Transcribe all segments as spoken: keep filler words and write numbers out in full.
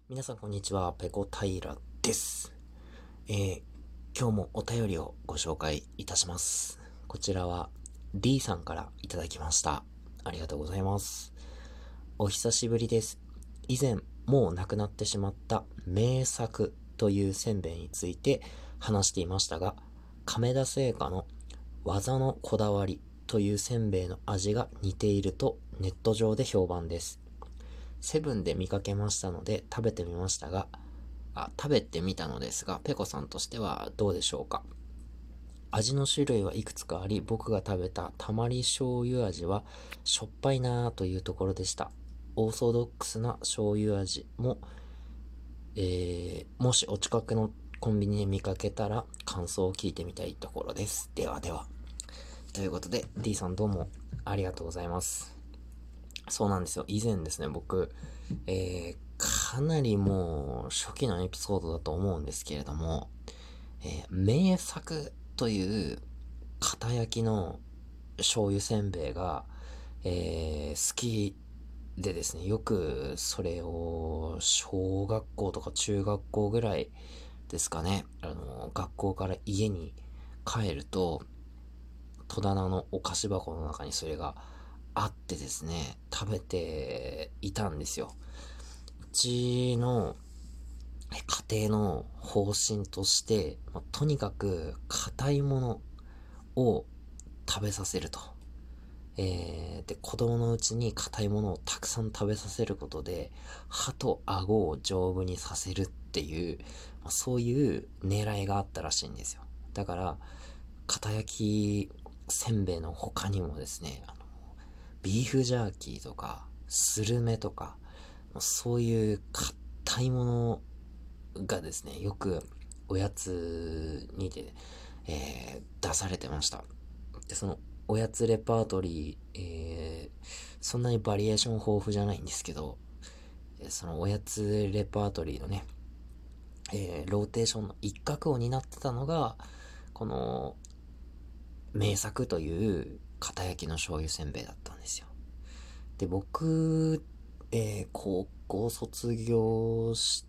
皆さんこんにちは、ペコ平です。えー、今日もお便りをご紹介いたします。こちらは D さんからいただきました。ありがとうございます。お久しぶりです。以前、もうなくなってしまった名作というせんべいについて話していましたが、亀田製菓の技のこだわりというせんべいの味が似ているとネット上で評判です。セブンで見かけましたので食べてみましたが、あ、食べてみたのですが、ペコさんとしてはどうでしょうか。味の種類はいくつかあり、僕が食べたたまり醤油味はしょっぱいなぁというところでした。オーソドックスな醤油味も、えー、もしお近くのコンビニで見かけたら感想を聞いてみたいところです。ではでは。ということで、D さんどうもありがとうございます。そうなんですよ。以前ですね、僕、えー、かなりもう初期のエピソードだと思うんですけれども、えー、名作という片焼きの醤油せんべいが、えー、好きでですね、よくそれを小学校とか中学校ぐらいですかね、あの、学校から家に帰ると、戸棚のお菓子箱の中にそれがあってですね、食べていたんですよ。うちの家庭の方針として、まあ、とにかく硬いものを食べさせると。えー、で、子供のうちに硬いものをたくさん食べさせることで、歯と顎を丈夫にさせるっていう、まあ、そういう狙いがあったらしいんですよ。だから、片焼きせんべいの他にもですね、あのビーフジャーキーとか、スルメとか、そういう硬いものがですね、よくおやつにで、えー出されてました。で、そのおやつレパートリー、えーそんなにバリエーション豊富じゃないんですけど、そのおやつレパートリーのね、えーローテーションの一角を担ってたのが、この名作という片焼きの醤油せんべいだったんですよ。で、僕、えー高校卒業して、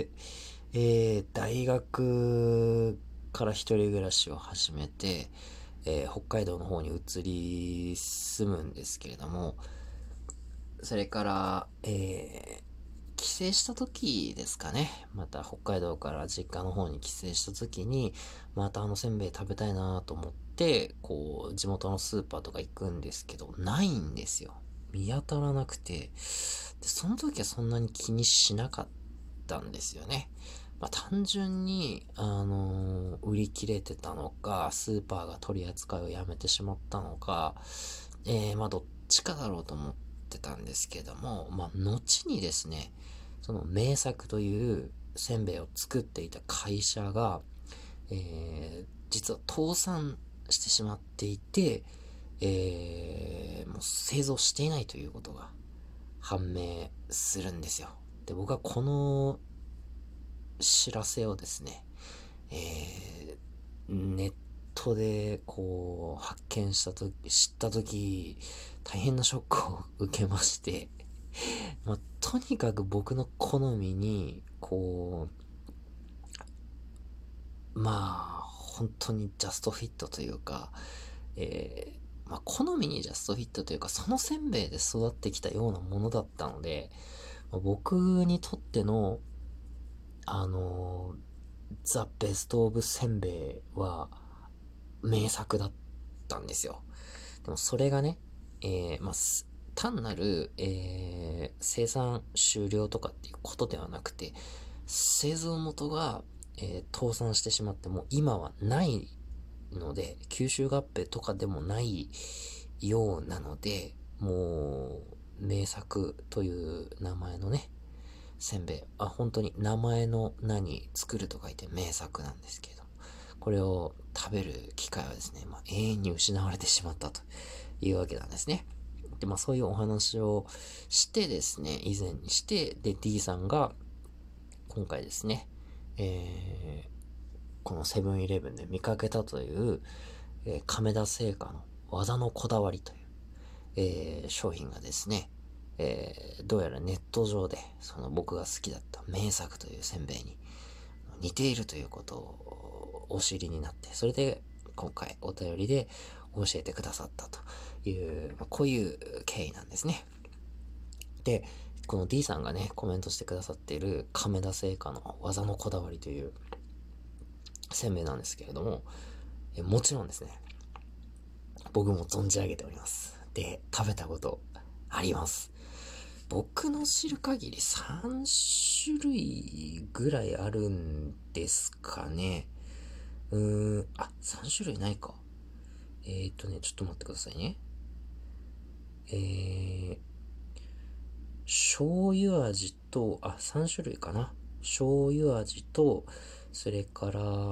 えー大学から一人暮らしを始めて、えー北海道の方に移り住むんですけれども、それから、えー帰省した時ですかね。また北海道から実家の方に帰省した時に、またあのせんべい食べたいなと思って、こう、地元のスーパーとか行くんですけど、ないんですよ。見当たらなくて、で、その時はそんなに気にしなかったんですよね。まあ、単純に、あのー売り切れてたのか、スーパーが取り扱いをやめてしまったのか、えー、まあ、どっちかだろうと思ってたんですけども、まあ、後にですね、その名作というせんべいを作っていた会社が、えー、実は倒産してしまっていて、えー、もう製造していないということが判明するんですよ。で、僕はこの知らせをですね、えー、ネットでこう発見したとき、知ったとき、大変なショックを受けまして、まあ、とにかく僕の好みに、こう、まあ、本当にジャストフィットというか、えー、まあ、好みにジャストフィットというか、そのせんべいで育ってきたようなものだったので、まあ、僕にとっての、あのーザ・ベスト・オブ・せんべいは名作だったんですよ。でもそれがね、えー、まあ、単なる、えー、生産終了とかっていうことではなくて、製造元が、えー倒産してしまってもう今はないので、吸収合併とかでもないようなので、もう、名作という名前のね、せんべい。あ、本当に名前の名に作ると書いて名作なんですけれども、これを食べる機会はですね、まあ、永遠に失われてしまったというわけなんですね。で、まあそういうお話をしてですね、以前にして、で、D さんが今回ですね、えー、このセブンイレブンで見かけたという、えー亀田製菓の技のこだわりという、えー商品がですね、 えー、どうやらネット上でその僕が好きだった名作というせんべいに似ているということをお知りになって、それで今回お便りで教えてくださったという、まあ、こういう経緯なんですね。で、この D さんがね、コメントしてくださっている亀田製菓の技のこだわりというせんべいなんですけれども、えもちろんですね、僕も存じ上げております。で、食べたことあります。僕の知る限りさん種類ぐらいあるんですかね。うーん、あ、さん種類ないか。えーっとね、ちょっと待ってくださいね。えー、醤油味と、あ、さん種類かな。醤油味と、それから、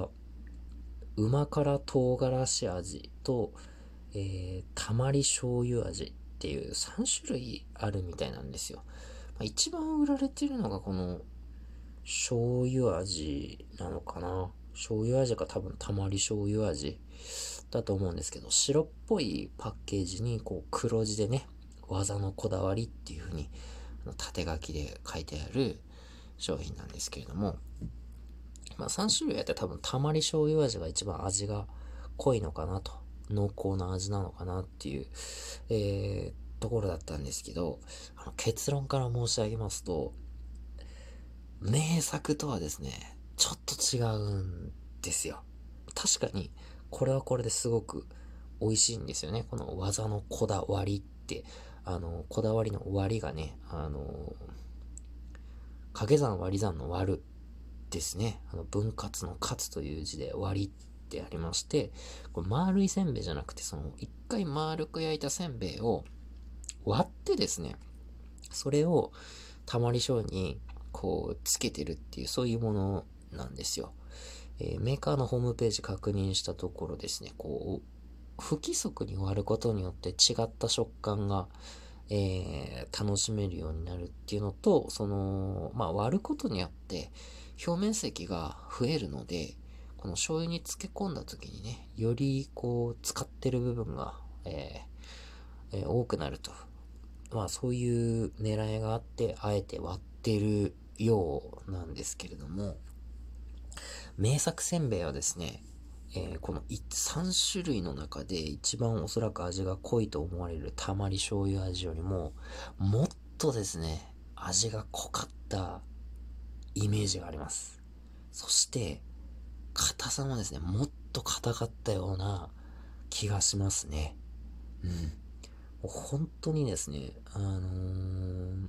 旨辛唐辛子味と、えー、たまり醤油味っていうさん種類あるみたいなんですよ。まあ、一番売られてるのがこの醤油味なのかな。醤油味か多分たまり醤油味だと思うんですけど、白っぽいパッケージにこう黒字でね、技のこだわりっていう風に縦書きで書いてある商品なんですけれども、まあさん種類あって多分たまり醤油味が一番味が濃いのかなと、濃厚な味なのかなっていう、えー、ところだったんですけど、あの結論から申し上げますと、名作とはですね、ちょっと違うんですよ。確かに、これはこれですごく美味しいんですよね。この技のこだわりって、あの、こだわりの割りがね、あの、掛け算割り算の割るですね。あの、分割の割という字で割りってありまして、これ丸いせんべいじゃなくて、その、一回丸く焼いたせんべいを割ってですね、それをたまり醤にこうつけてるっていう、そういうものなんですよ。えーメーカーのホームページ確認したところですね、こう、不規則に割ることによって違った食感が、えー楽しめるようになるっていうのと、その、まあ割ることによって表面積が増えるので、この醤油に漬け込んだ時にね、よりこう使ってる部分が、えーえー多くなると。まあそういう狙いがあって、あえて割ってるようなんですけれども、名作せんべいはですね、えーこのさん種類の中で一番おそらく味が濃いと思われるたまり醤油味よりも、もっとですね、味が濃かったイメージがあります。そして、硬さもですね、もっと硬かったような気がしますね。うん。もう本当にですね、あのー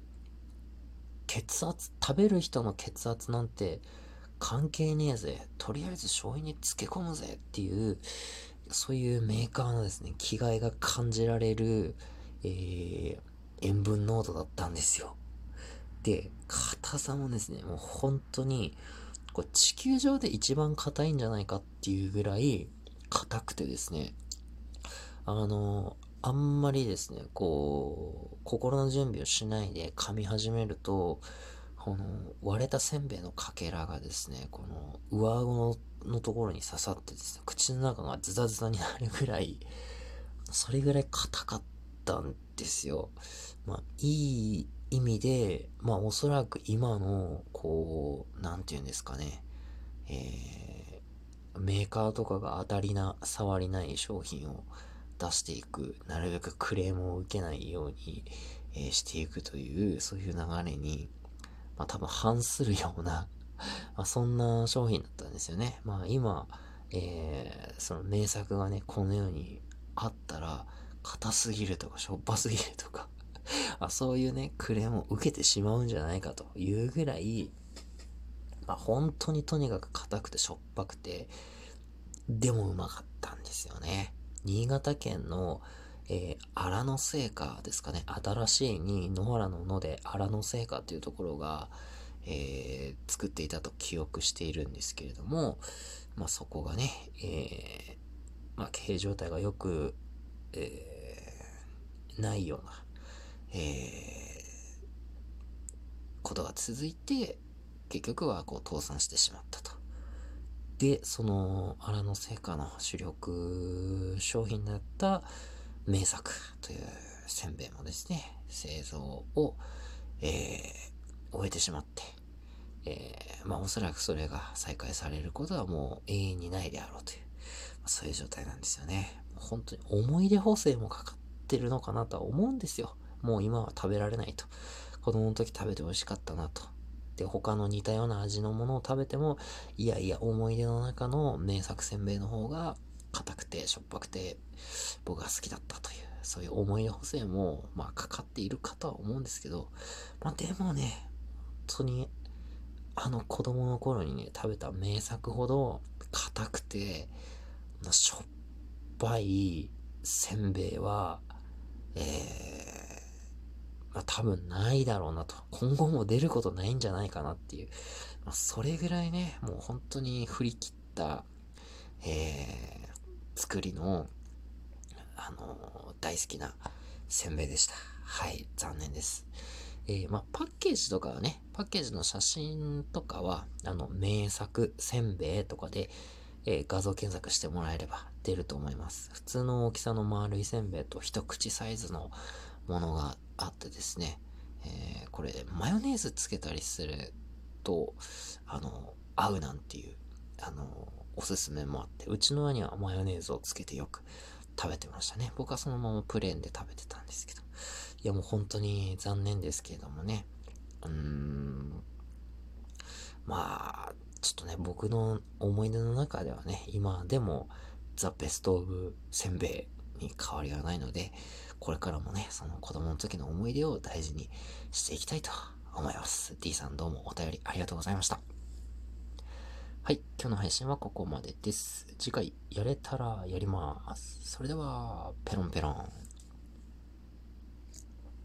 血圧、食べる人の血圧なんて関係ねえぜ。とりあえず醤油に漬け込むぜっていう、そういうメーカーのですね、気概が感じられる、えー、塩分濃度だったんですよ。で、硬さもですね、もう本当に、これ地球上で一番硬いんじゃないかっていうぐらい硬くてですね、あの、あんまりですね、こう、心の準備をしないで噛み始めると、この割れたせんべいのかけらがですね、この上顎のところに刺さってですね、口の中がズタズタになるぐらい、それぐらい硬かったんですよ。まあ、いい意味で、まあ、おそらく今の、こう、なんていうんですかね、えー、メーカーとかが当たりな、触りない商品を出していく、なるべくクレームを受けないように、えーしていくという、そういう流れに、まあ多分反するようなまあそんな商品だったんですよね。まあ今、えー、その名作がね、このようにあったら、硬すぎるとか、しょっぱすぎるとかあ、そういうね、クレームを受けてしまうんじゃないかというぐらい、まあ本当にとにかく硬くてしょっぱくて、でもうまかったんですよね。新潟県の、えー、荒野製菓ですかね。新しいに野原の野で荒野製菓っていうところが、えー作っていたと記憶しているんですけれども、まあそこがね、えーまあ経営状態がよく、えーないような、えーことが続いて、結局はこう倒産してしまったと。で、その荒野製菓の主力商品だった名作というせんべいもですね、製造を、えー、終えてしまって、えー、まあおそらくそれが再開されることはもう永遠にないであろうという、そういう状態なんですよね。本当に思い出補正もかかってるのかなとは思うんですよ。もう今は食べられないと。子供の時食べて美味しかったなと。で、他の似たような味のものを食べても、いやいや、思い出の中の名作せんべいの方が硬くてしょっぱくて僕が好きだったという、そういう思い出補正も、まあかかっているかとは思うんですけど、まあでもね、本当にあの子供の頃にね、食べた名作ほど硬くて、しょっぱいせんべいは、えー、まあ多分ないだろうなと。今後も出ることないんじゃないかなっていう。まあ、それぐらいね、もう本当に振り切った、えー、作りの、あのー大好きなせんべいでした。はい、残念です。えー、まあ、パッケージとかはね、パッケージの写真とかは、あの、名作せんべいとかで、えー画像検索してもらえれば出ると思います。普通の大きさの丸いせんべいと一口サイズのものがあってですね、えーこれ、マヨネーズつけたりすると、あの、合うなんていう、あの、おすすめもあって、うちの兄はマヨネーズをつけてよく食べてましたね。僕はそのままプレーンで食べてたんですけど。いやもう本当に残念ですけれどもね。うーん。まあ、ちょっとね、僕の思い出の中ではね、今でもザ・ベスト・オブ・せんべいに変わりはないので、これからもね、その子供の時の思い出を大事にしていきたいと思います。D さんどうもお便りありがとうございました。はい、今日の配信はここまでです。次回やれたらやります。それでは、ペロンペロン。